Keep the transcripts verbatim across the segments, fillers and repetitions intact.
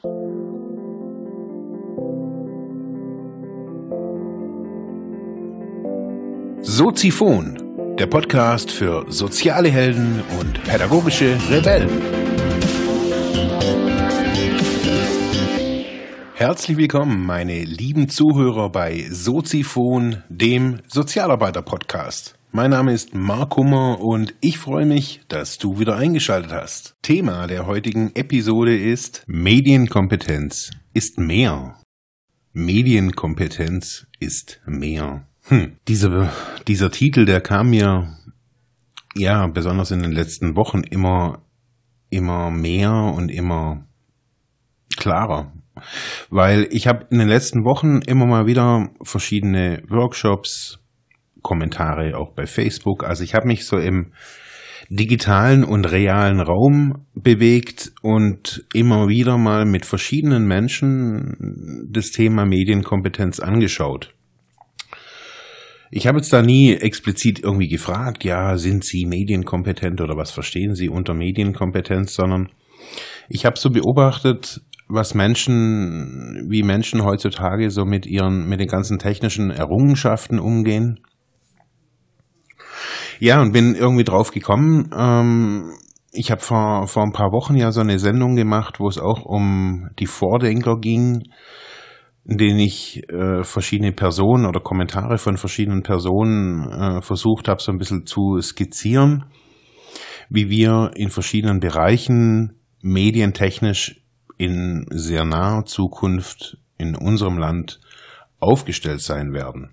Soziphon, der Podcast für soziale Helden und pädagogische Rebellen. Herzlich willkommen, meine lieben Zuhörer bei Soziphon, dem Sozialarbeiter-Podcast. Mein Name ist Mark Hummer und ich freue mich, dass du wieder eingeschaltet hast. Thema der heutigen Episode ist Medienkompetenz ist mehr. Medienkompetenz ist mehr. Hm, dieser, dieser Titel, der kam mir, ja, besonders in den letzten Wochen immer, immer mehr und immer klarer. Weil ich habe in den letzten Wochen immer mal wieder verschiedene Workshops, Kommentare auch bei Facebook. Also ich habe mich so im digitalen und realen Raum bewegt und immer wieder mal mit verschiedenen Menschen das Thema Medienkompetenz angeschaut. Ich habe jetzt da nie explizit irgendwie gefragt, ja, sind Sie medienkompetent oder was verstehen Sie unter Medienkompetenz, sondern ich habe so beobachtet, was Menschen, wie Menschen heutzutage so mit ihren, mit den ganzen technischen Errungenschaften umgehen. Ja, und bin irgendwie drauf gekommen. Ähm, ich habe vor, vor ein paar Wochen ja so eine Sendung gemacht, wo es auch um die Vordenker ging, in denen ich äh, verschiedene Personen oder Kommentare von verschiedenen Personen äh, versucht habe, so ein bisschen zu skizzieren, wie wir in verschiedenen Bereichen medientechnisch in sehr naher Zukunft in unserem Land aufgestellt sein werden.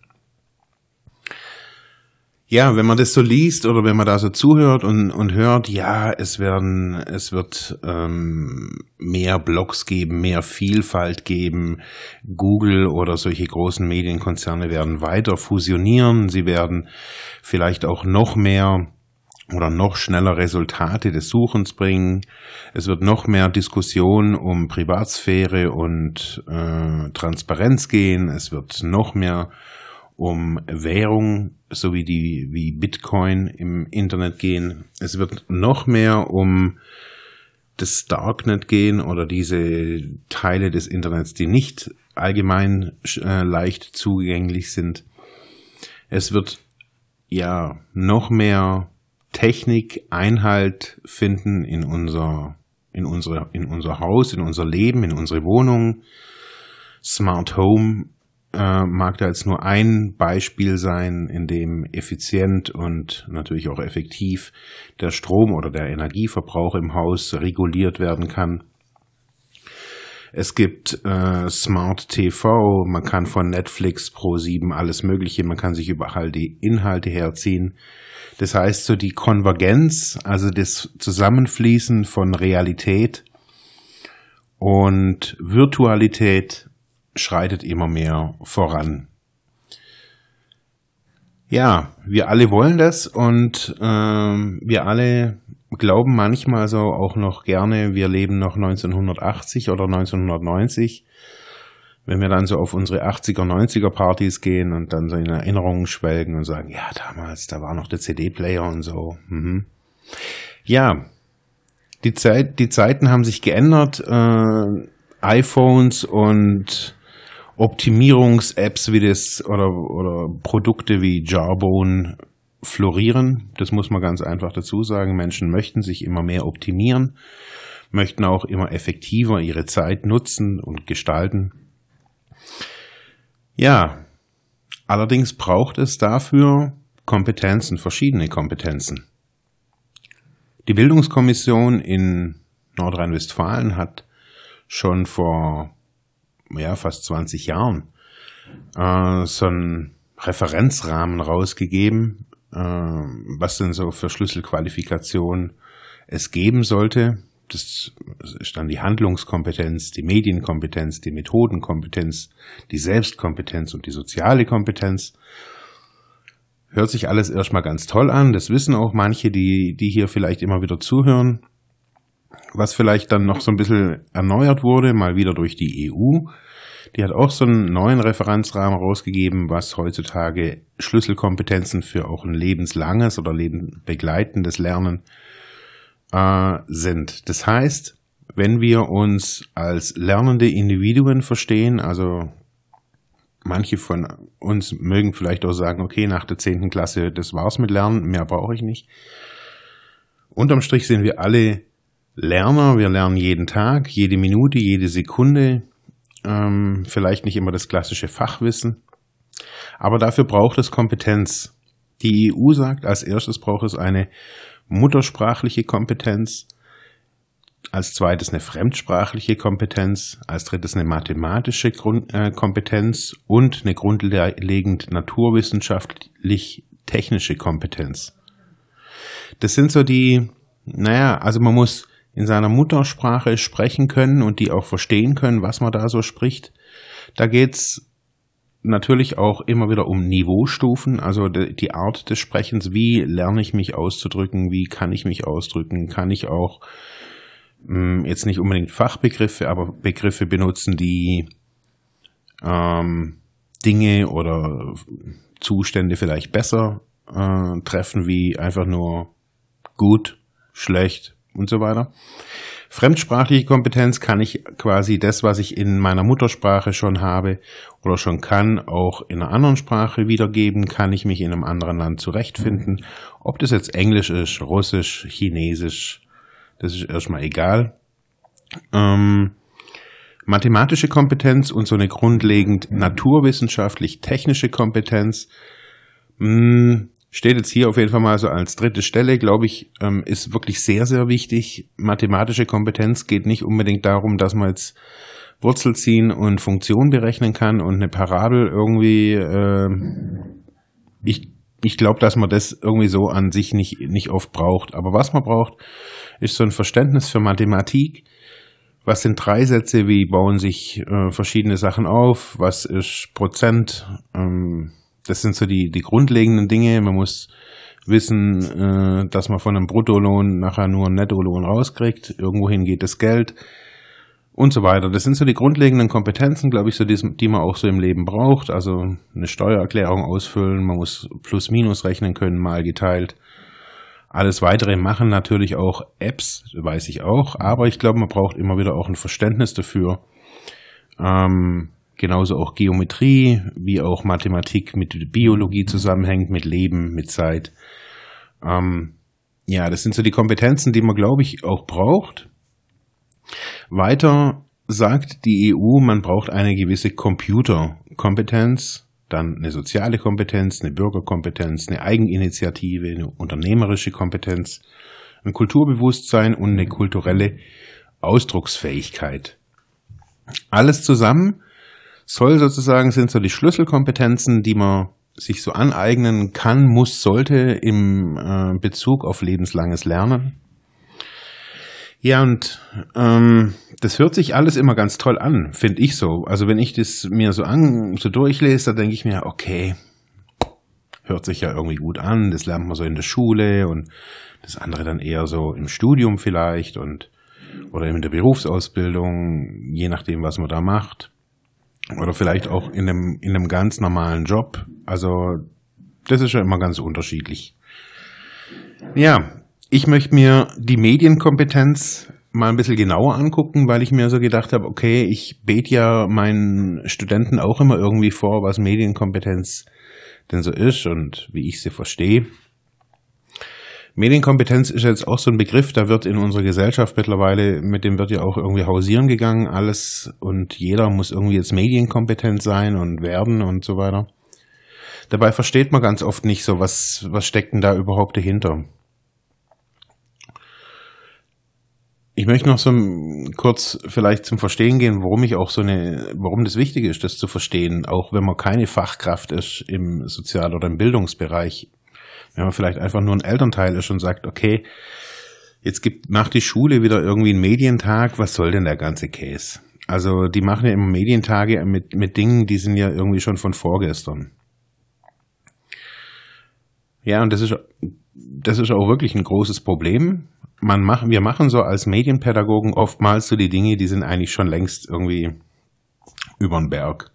Ja, wenn man das so liest oder wenn man da so zuhört und, und hört, ja, es werden, es wird ähm, mehr Blogs geben, mehr Vielfalt geben, Google oder solche großen Medienkonzerne werden weiter fusionieren, sie werden vielleicht auch noch mehr oder noch schneller Resultate des Suchens bringen. Es wird noch mehr Diskussion um Privatsphäre und äh, Transparenz gehen. Es wird noch mehr um Währung, so wie die wie Bitcoin im Internet gehen. Es wird noch mehr um das Darknet gehen oder diese Teile des Internets, die nicht allgemein äh, leicht zugänglich sind. Es wird ja noch mehr Technik Einhalt finden in unser in unsere in unser Haus, in unser Leben, in unsere Wohnung. Smart Home äh, mag da jetzt nur ein Beispiel sein, in dem effizient und natürlich auch effektiv der Strom oder der Energieverbrauch im Haus reguliert werden kann. Es gibt äh, Smart T V, man kann von Netflix, Pro sieben, alles Mögliche, man kann sich überall die Inhalte herziehen. Das heißt, so die Konvergenz, also das Zusammenfließen von Realität und Virtualität schreitet immer mehr voran. Ja, wir alle wollen das und äh, wir alle glauben manchmal so auch noch gerne, wir leben noch neunzehnhundertachtzig oder neunzehnhundertneunzig. Wenn wir dann so auf unsere achtziger, neunziger Partys gehen und dann so in Erinnerungen schwelgen und sagen, ja, damals, da war noch der C D-Player und so. Mhm. Ja, die Zeit, die Zeiten haben sich geändert. Äh, iPhones und Optimierungs-Apps wie das oder, oder Produkte wie Jawbone florieren. Das muss man ganz einfach dazu sagen. Menschen möchten sich immer mehr optimieren, möchten auch immer effektiver ihre Zeit nutzen und gestalten. Ja, allerdings braucht es dafür Kompetenzen, verschiedene Kompetenzen. Die Bildungskommission in Nordrhein-Westfalen hat schon vor ja, fast zwanzig Jahren äh, so einen Referenzrahmen rausgegeben, äh, was denn so für Schlüsselqualifikationen es geben sollte. Das ist dann die Handlungskompetenz, die Medienkompetenz, die Methodenkompetenz, die Selbstkompetenz und die soziale Kompetenz. Hört sich alles erstmal ganz toll an. Das wissen auch manche, die, die hier vielleicht immer wieder zuhören. Was vielleicht dann noch so ein bisschen erneuert wurde, mal wieder durch die E U. Die hat auch so einen neuen Referenzrahmen rausgegeben, was heutzutage Schlüsselkompetenzen für auch ein lebenslanges oder lebenbegleitendes Lernen äh, sind. Das heißt, wenn wir uns als lernende Individuen verstehen. Also manche von uns mögen vielleicht auch sagen, okay, nach der zehnten Klasse, das war's mit Lernen, mehr brauche ich nicht. Unterm Strich sind wir alle Lerner, wir lernen jeden Tag, jede Minute, jede Sekunde, ähm, vielleicht nicht immer das klassische Fachwissen, aber dafür braucht es Kompetenz. Die E U sagt, als erstes braucht es eine muttersprachliche Kompetenz, als zweites eine fremdsprachliche Kompetenz, als drittes eine mathematische Grund, äh, Kompetenz und eine grundlegend naturwissenschaftlich-technische Kompetenz. Das sind so die, naja, also man muss in seiner Muttersprache sprechen können und die auch verstehen können, was man da so spricht. Da geht's natürlich auch immer wieder um Niveaustufen, also die Art des Sprechens, wie lerne ich mich auszudrücken, wie kann ich mich ausdrücken, kann ich auch mh, jetzt nicht unbedingt Fachbegriffe, aber Begriffe benutzen, die ähm, Dinge oder Zustände vielleicht besser äh, treffen, wie einfach nur gut, schlecht und so weiter. Fremdsprachliche Kompetenz kann ich quasi das, was ich in meiner Muttersprache schon habe oder schon kann, auch in einer anderen Sprache wiedergeben, kann ich mich in einem anderen Land zurechtfinden. Ob das jetzt Englisch ist, Russisch, Chinesisch, das ist erstmal egal. Ähm, mathematische Kompetenz und so eine grundlegend naturwissenschaftlich-technische Kompetenz, mh, steht jetzt hier auf jeden Fall mal so als dritte Stelle, glaube ich, ähm, ist wirklich sehr, sehr wichtig. Mathematische Kompetenz geht nicht unbedingt darum, dass man jetzt Wurzel ziehen und Funktion berechnen kann und eine Parabel irgendwie, äh, ich, ich glaube, dass man das irgendwie so an sich nicht, nicht oft braucht. Aber was man braucht, ist so ein Verständnis für Mathematik. Was sind drei Sätze? Wie bauen sich äh, verschiedene Sachen auf? Was ist Prozent? Ähm, Das sind so die, die grundlegenden Dinge. Man muss wissen, äh, dass man von einem Bruttolohn nachher nur einen Nettolohn rauskriegt. Irgendwohin geht das Geld und so weiter. Das sind so die grundlegenden Kompetenzen, glaube ich, so die, die man auch so im Leben braucht. Also eine Steuererklärung ausfüllen, man muss Plus-Minus rechnen können, mal geteilt. Alles Weitere machen natürlich auch Apps, weiß ich auch. Aber ich glaube, man braucht immer wieder auch ein Verständnis dafür. Ähm, Genauso auch Geometrie, wie auch Mathematik mit Biologie zusammenhängt, mit Leben, mit Zeit. Ähm, ja, das sind so die Kompetenzen, die man, glaube ich, auch braucht. Weiter sagt die E U, man braucht eine gewisse Computerkompetenz, dann eine soziale Kompetenz, eine Bürgerkompetenz, eine Eigeninitiative, eine unternehmerische Kompetenz, ein Kulturbewusstsein und eine kulturelle Ausdrucksfähigkeit. Alles zusammen soll sozusagen, sind so die Schlüsselkompetenzen, die man sich so aneignen kann, muss, sollte im äh, Bezug auf lebenslanges Lernen. Ja, und ähm, das hört sich alles immer ganz toll an, finde ich so. Also wenn ich das mir so an so durchlese, da denke ich mir, okay, hört sich ja irgendwie gut an, das lernt man so in der Schule und das andere dann eher so im Studium vielleicht und oder in der Berufsausbildung, je nachdem, was man da macht. Oder vielleicht auch in einem, in einem ganz normalen Job. Also das ist ja immer ganz unterschiedlich. Ja, ich möchte mir die Medienkompetenz mal ein bisschen genauer angucken, weil ich mir so gedacht habe, okay, ich bete ja meinen Studenten auch immer irgendwie vor, was Medienkompetenz denn so ist und wie ich sie verstehe. Medienkompetenz ist jetzt auch so ein Begriff, da wird in unserer Gesellschaft mittlerweile, mit dem wird ja auch irgendwie hausieren gegangen, alles und jeder muss irgendwie jetzt medienkompetent sein und werden und so weiter. Dabei versteht man ganz oft nicht so, was, was steckt denn da überhaupt dahinter. Ich möchte noch so kurz vielleicht zum Verstehen gehen, warum ich auch so eine, warum das wichtig ist, das zu verstehen, auch wenn man keine Fachkraft ist im Sozial- oder im Bildungsbereich. Wenn man vielleicht einfach nur ein Elternteil ist und sagt, okay, jetzt gibt, macht die Schule wieder irgendwie einen Medientag, was soll denn der ganze Käse? Also die machen ja immer Medientage mit, mit Dingen, die sind ja irgendwie schon von vorgestern. Ja, und das ist, das ist auch wirklich ein großes Problem. Man macht, wir machen so als Medienpädagogen oftmals so die Dinge, die sind eigentlich schon längst irgendwie übern Berg.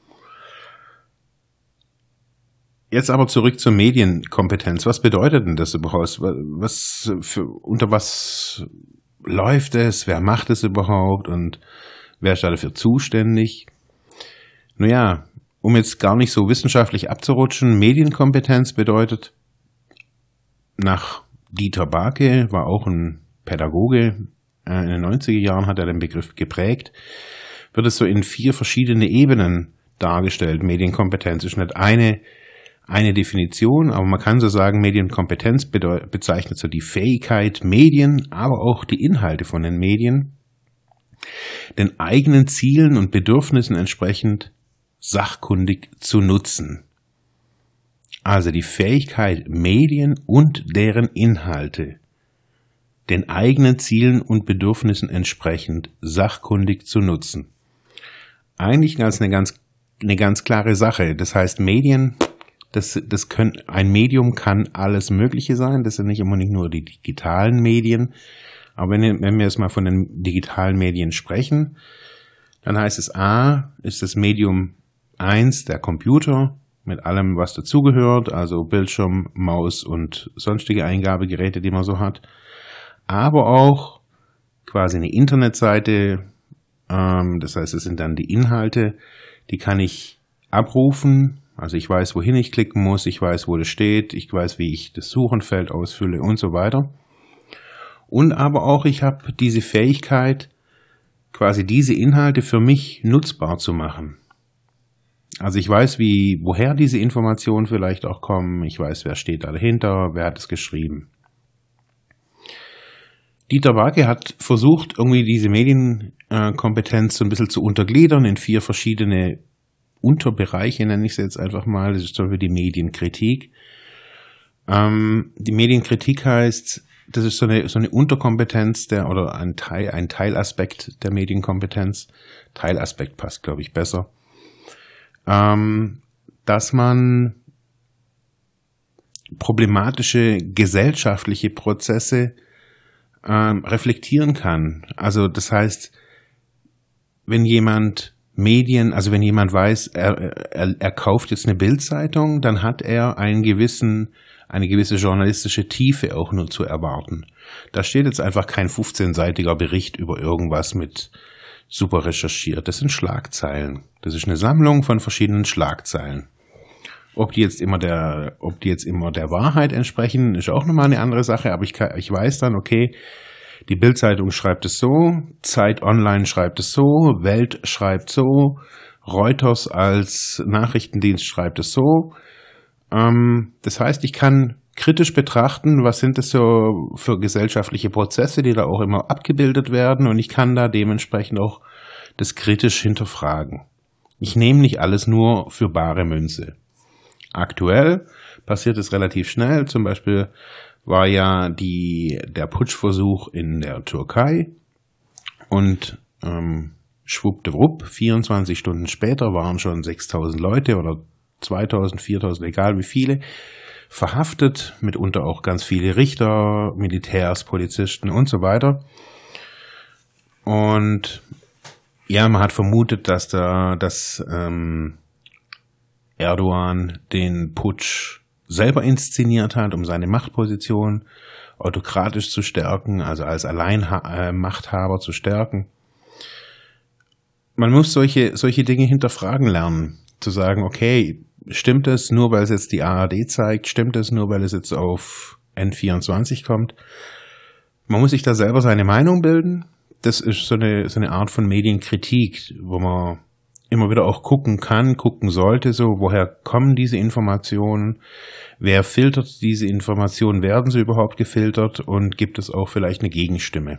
Jetzt aber zurück zur Medienkompetenz. Was bedeutet denn das überhaupt? Was für, unter was läuft es, wer macht es überhaupt und wer ist dafür zuständig? Naja, um jetzt gar nicht so wissenschaftlich abzurutschen, Medienkompetenz bedeutet, nach Dieter Barke, war auch ein Pädagoge, in den neunziger Jahren hat er den Begriff geprägt, wird es so in vier verschiedene Ebenen dargestellt. Medienkompetenz ist nicht eine, eine Definition, aber man kann so sagen, Medienkompetenz bezeichnet so die Fähigkeit, Medien, aber auch die Inhalte von den Medien, den eigenen Zielen und Bedürfnissen entsprechend sachkundig zu nutzen. Also die Fähigkeit, Medien und deren Inhalte den eigenen Zielen und Bedürfnissen entsprechend sachkundig zu nutzen. Eigentlich als eine ganz, eine ganz klare Sache. Das heißt, Medien, das, das können, ein Medium kann alles Mögliche sein. Das sind nicht immer nicht nur die digitalen Medien. Aber wenn, wenn wir jetzt mal von den digitalen Medien sprechen, dann heißt es A, ist das Medium eins der Computer mit allem, was dazugehört, also Bildschirm, Maus und sonstige Eingabegeräte, die man so hat. Aber auch quasi eine Internetseite, ähm, das heißt, es sind dann die Inhalte, die kann ich abrufen, also ich weiß, wohin ich klicken muss, ich weiß, wo das steht, ich weiß, wie ich das Suchenfeld ausfülle und so weiter. Und aber auch, ich habe diese Fähigkeit, quasi diese Inhalte für mich nutzbar zu machen. Also ich weiß, wie, woher diese Informationen vielleicht auch kommen, ich weiß, wer steht da dahinter, wer hat es geschrieben. Dieter Barke hat versucht, irgendwie diese Medienkompetenz so ein bisschen zu untergliedern in vier verschiedene Unterbereiche, nenne ich sie jetzt einfach mal. Das ist zum Beispiel die Medienkritik. Ähm, die Medienkritik heißt, das ist so eine, so eine Unterkompetenz der, oder ein Teil, ein Teilaspekt der Medienkompetenz. Teilaspekt passt, glaube ich, besser. Ähm, dass man problematische gesellschaftliche Prozesse ähm, reflektieren kann. Also das heißt, wenn jemand Medien, also wenn jemand weiß, er, er, er kauft jetzt eine Bildzeitung, dann hat er einen gewissen, eine gewisse journalistische Tiefe auch nur zu erwarten. Da steht jetzt einfach kein fünfzehnseitiger Bericht über irgendwas mit super recherchiert. Das sind Schlagzeilen. Das ist eine Sammlung von verschiedenen Schlagzeilen. Ob die jetzt immer der, ob die jetzt immer der Wahrheit entsprechen, ist auch nochmal eine andere Sache. Aber ich, kann, ich weiß dann, okay, die Bild-Zeitung schreibt es so, Zeit Online schreibt es so, Welt schreibt so, Reuters als Nachrichtendienst schreibt es so. Ähm, das heißt, ich kann kritisch betrachten, was sind das so für gesellschaftliche Prozesse, die da auch immer abgebildet werden, und ich kann da dementsprechend auch das kritisch hinterfragen. Ich nehme nicht alles nur für bare Münze. Aktuell passiert es relativ schnell. Zum Beispiel war ja die, der Putschversuch in der Türkei und ähm, schwuppdiwupp, vierundzwanzig Stunden später waren schon sechstausend Leute oder zweitausend, viertausend, egal wie viele, verhaftet, mitunter auch ganz viele Richter, Militärs, Polizisten und so weiter. Und ja, man hat vermutet, dass da, dass ähm, Erdogan den Putsch selber inszeniert hat, um seine Machtposition autokratisch zu stärken, also als Alleinmachthaber zu stärken. Man muss solche, solche Dinge hinterfragen lernen, zu sagen, okay, stimmt es nur, weil es jetzt die A R D zeigt, stimmt es nur, weil es jetzt auf N vierundzwanzig kommt? Man muss sich da selber seine Meinung bilden. Das ist so eine, so eine Art von Medienkritik, wo man immer wieder auch gucken kann, gucken sollte, so, woher kommen diese Informationen, wer filtert diese Informationen, werden sie überhaupt gefiltert und gibt es auch vielleicht eine Gegenstimme.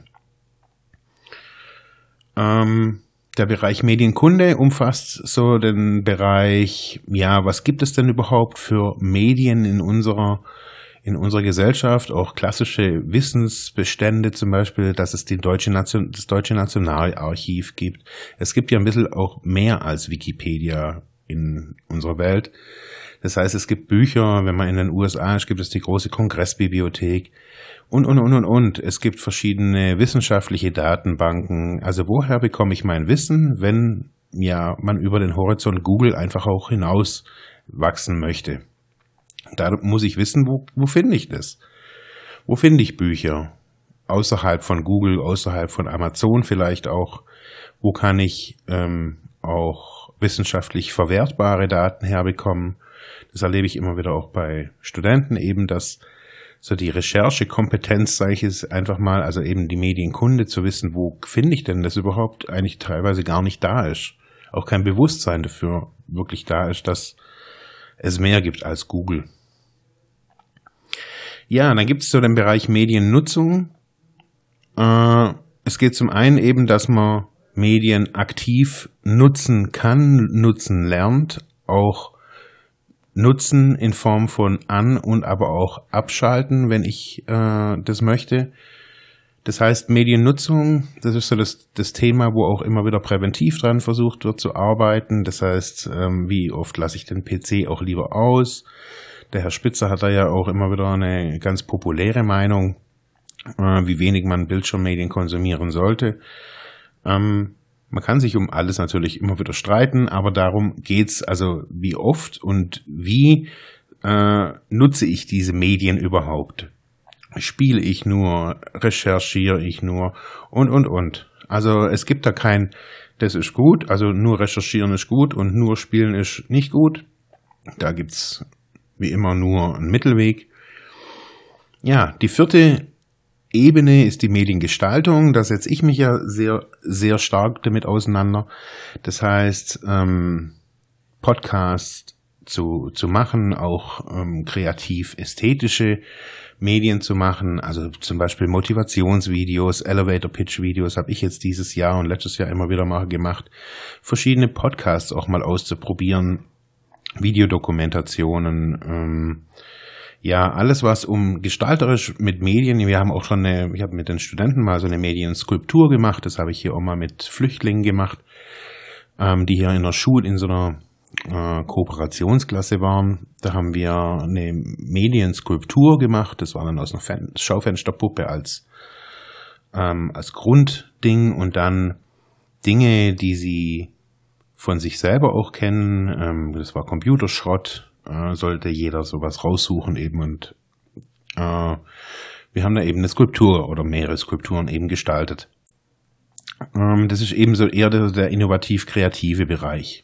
Ähm, der Bereich Medienkunde umfasst so den Bereich, ja, was gibt es denn überhaupt für Medien in unserer in unserer Gesellschaft, auch klassische Wissensbestände, zum Beispiel, dass es die deutsche Nation, das Deutsche Nationalarchiv gibt. Es gibt ja ein bisschen auch mehr als Wikipedia in unserer Welt. Das heißt, es gibt Bücher, wenn man in den U S A ist, gibt es die große Kongressbibliothek und, und, und, und, und. Es gibt verschiedene wissenschaftliche Datenbanken. Also woher bekomme ich mein Wissen, wenn ja man über den Horizont Google einfach auch hinaus wachsen möchte? Da muss ich wissen, wo, wo finde ich das? Wo finde ich Bücher? außerhalb von Google, außerhalb von Amazon vielleicht auch, wo kann ich ähm, auch wissenschaftlich verwertbare Daten herbekommen. Das erlebe ich immer wieder auch bei Studenten eben, dass so die Recherchekompetenz, sage ich es einfach mal, also eben die Medienkunde zu wissen, wo finde ich denn das überhaupt, eigentlich teilweise gar nicht da ist. Auch kein Bewusstsein dafür wirklich da ist, dass es mehr gibt als Google. Ja, dann gibt es so den Bereich Mediennutzung. Äh, es geht zum einen eben, dass man Medien aktiv nutzen kann, nutzen lernt, auch nutzen in Form von an- und aber auch abschalten, wenn ich äh, das möchte. Das heißt, Mediennutzung, das ist so das, das Thema, wo auch immer wieder präventiv dran versucht wird zu arbeiten. Das heißt, ähm, wie oft lasse ich den P C auch lieber aus? Der Herr Spitzer hat da ja auch immer wieder eine ganz populäre Meinung, äh, wie wenig man Bildschirmmedien konsumieren sollte. Ähm, man kann sich um alles natürlich immer wieder streiten, aber darum geht's, also wie oft und wie äh, nutze ich diese Medien überhaupt? Spiele ich nur, recherchiere ich nur und, und, und. Also es gibt da kein, das ist gut, also nur recherchieren ist gut und nur spielen ist nicht gut. Da gibt's wie immer nur einen Mittelweg. Ja, die vierte Ebene ist die Mediengestaltung. Da setze ich mich ja sehr, sehr stark damit auseinander. Das heißt, ähm, Podcast zu, zu machen, auch ähm, kreativ-ästhetische Medien zu machen, also zum Beispiel Motivationsvideos, Elevator-Pitch-Videos habe ich jetzt dieses Jahr und letztes Jahr immer wieder mal gemacht, verschiedene Podcasts auch mal auszuprobieren, Videodokumentationen, ähm, ja, alles was um gestalterisch mit Medien, wir haben auch schon eine, ich habe mit den Studenten mal so eine Medienskulptur gemacht, das habe ich hier auch mal mit Flüchtlingen gemacht, ähm, die hier in der Schule in so einer äh, Kooperationsklasse waren. Da haben wir eine Medienskulptur gemacht, das war dann aus einer Fen- Schaufensterpuppe als, ähm, als Grundding und dann Dinge, die sie von sich selber auch kennen, ähm, das war Computerschrott, äh, sollte jeder sowas raussuchen eben und äh, wir haben da eben eine Skulptur oder mehrere Skulpturen eben gestaltet. Ähm, das ist eben so eher der, der innovativ-kreative Bereich.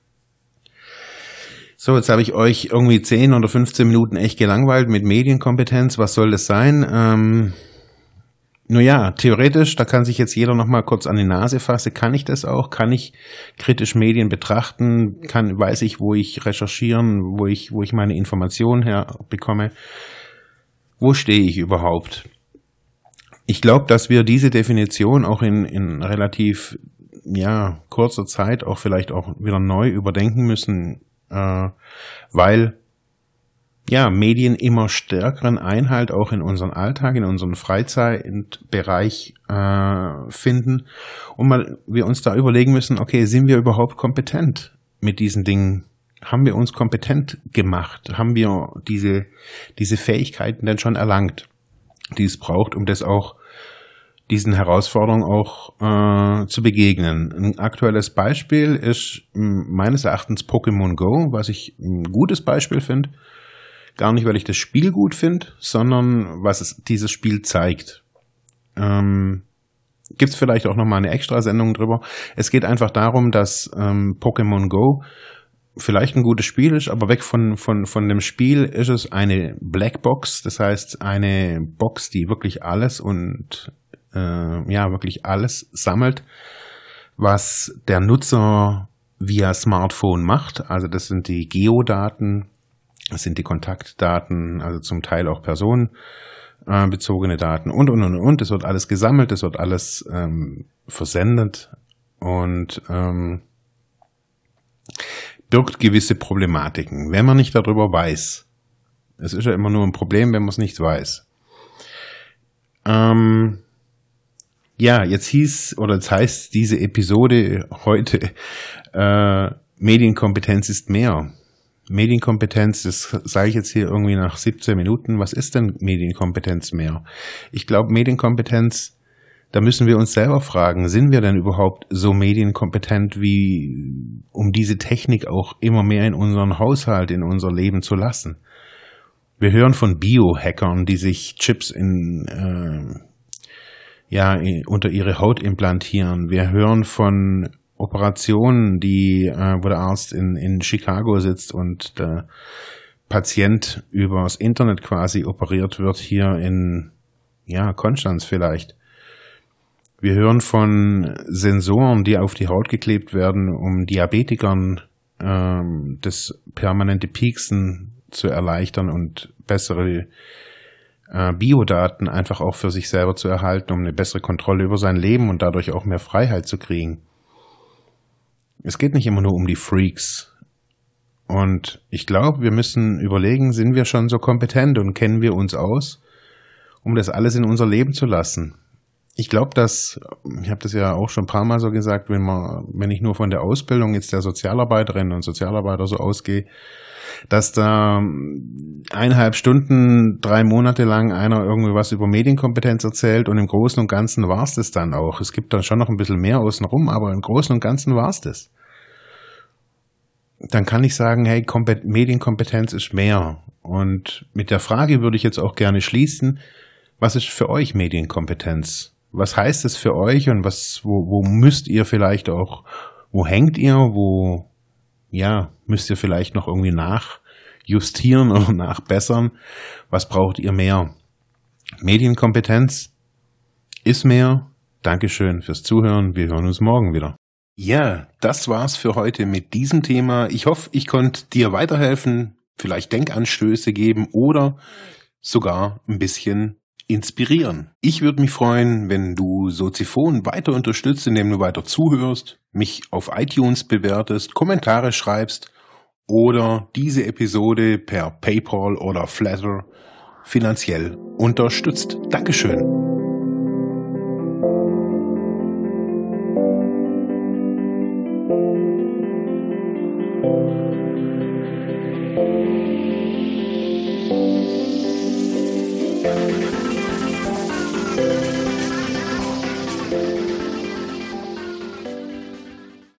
So, jetzt habe ich euch irgendwie zehn oder fünfzehn Minuten echt gelangweilt mit Medienkompetenz. Was soll das sein? Ähm, nur ja, theoretisch, da kann sich jetzt jeder nochmal kurz an die Nase fassen. Kann ich das auch? Kann ich kritisch Medien betrachten? Kann, weiß ich, wo ich recherchieren, wo ich, wo ich meine Informationen herbekomme? Wo stehe ich überhaupt? Ich glaube, dass wir diese Definition auch in, in relativ, ja, kurzer Zeit auch vielleicht auch wieder neu überdenken müssen, äh, weil ja Medien immer stärkeren Einhalt auch in unseren Alltag, in unseren Freizeitbereich äh, finden und mal wir uns da überlegen müssen, okay, sind wir überhaupt kompetent mit diesen Dingen? Haben wir uns kompetent gemacht? Haben wir diese diese Fähigkeiten denn schon erlangt, die es braucht, um das auch diesen Herausforderungen auch äh, zu begegnen. Ein aktuelles Beispiel ist m, meines Erachtens Pokémon Go, was ich ein gutes Beispiel finde. Gar nicht, weil ich das Spiel gut finde, sondern was es dieses Spiel zeigt. Ähm, Gibt es vielleicht auch nochmal eine Extra-Sendung drüber. Es geht einfach darum, dass ähm, Pokémon Go vielleicht ein gutes Spiel ist, aber weg von, von, von dem Spiel ist es eine Blackbox, das heißt eine Box, die wirklich alles und äh, ja, wirklich alles sammelt, was der Nutzer via Smartphone macht. Also das sind die Geodaten, das sind die Kontaktdaten, also zum Teil auch personenbezogene Daten und, und, und, und. Das wird alles gesammelt, das wird alles ähm, versendet und ähm, birgt gewisse Problematiken, wenn man nicht darüber weiß. Es ist ja immer nur ein Problem, wenn man es nicht weiß. Ähm, ja, jetzt hieß, oder jetzt heißt diese Episode heute, äh, Medienkompetenz ist mehr. Medienkompetenz, das sage ich jetzt hier irgendwie nach siebzehn Minuten. Was ist denn Medienkompetenz mehr? Ich glaube, Medienkompetenz, da müssen wir uns selber fragen, sind wir denn überhaupt so medienkompetent, wie um diese Technik auch immer mehr in unseren Haushalt, in unser Leben zu lassen? Wir hören von Biohackern, die sich Chips in, äh, ja, unter ihre Haut implantieren. Wir hören von Operationen, die, äh, wo der Arzt in, in Chicago sitzt und der Patient übers Internet quasi operiert wird, hier in, ja, Konstanz vielleicht. Wir hören von Sensoren, die auf die Haut geklebt werden, um Diabetikern ähm, das permanente Pieksen zu erleichtern und bessere äh, Biodaten einfach auch für sich selber zu erhalten, um eine bessere Kontrolle über sein Leben und dadurch auch mehr Freiheit zu kriegen. Es geht nicht immer nur um die Freaks. Und ich glaube, wir müssen überlegen, sind wir schon so kompetent und kennen wir uns aus, um das alles in unser Leben zu lassen. Ich glaube, dass, ich habe das ja auch schon ein paar Mal so gesagt, wenn man, wenn ich nur von der Ausbildung jetzt der Sozialarbeiterinnen und Sozialarbeiter so ausgehe, dass da eineinhalb Stunden, drei Monate lang einer irgendwie was über Medienkompetenz erzählt und im Großen und Ganzen war es das dann auch. Es gibt dann schon noch ein bisschen mehr außenrum, aber im Großen und Ganzen war es das. Dann kann ich sagen, hey, Kompet- Medienkompetenz ist mehr. Und mit der Frage würde ich jetzt auch gerne schließen, was ist für euch Medienkompetenz? Was heißt es für euch und was, wo, wo müsst ihr vielleicht auch, wo hängt ihr, wo, ja, müsst ihr vielleicht noch irgendwie nachjustieren oder nachbessern? Was braucht ihr mehr? Medienkompetenz ist mehr. Dankeschön fürs Zuhören. Wir hören uns morgen wieder. Ja, das war's für heute mit diesem Thema. Ich hoffe, ich konnte dir weiterhelfen, vielleicht Denkanstöße geben oder sogar ein bisschen inspirieren. Ich würde mich freuen, wenn du Soziphon weiter unterstützt, indem du weiter zuhörst, mich auf iTunes bewertest, Kommentare schreibst oder diese Episode per PayPal oder Flatter finanziell unterstützt. Dankeschön. Thank you.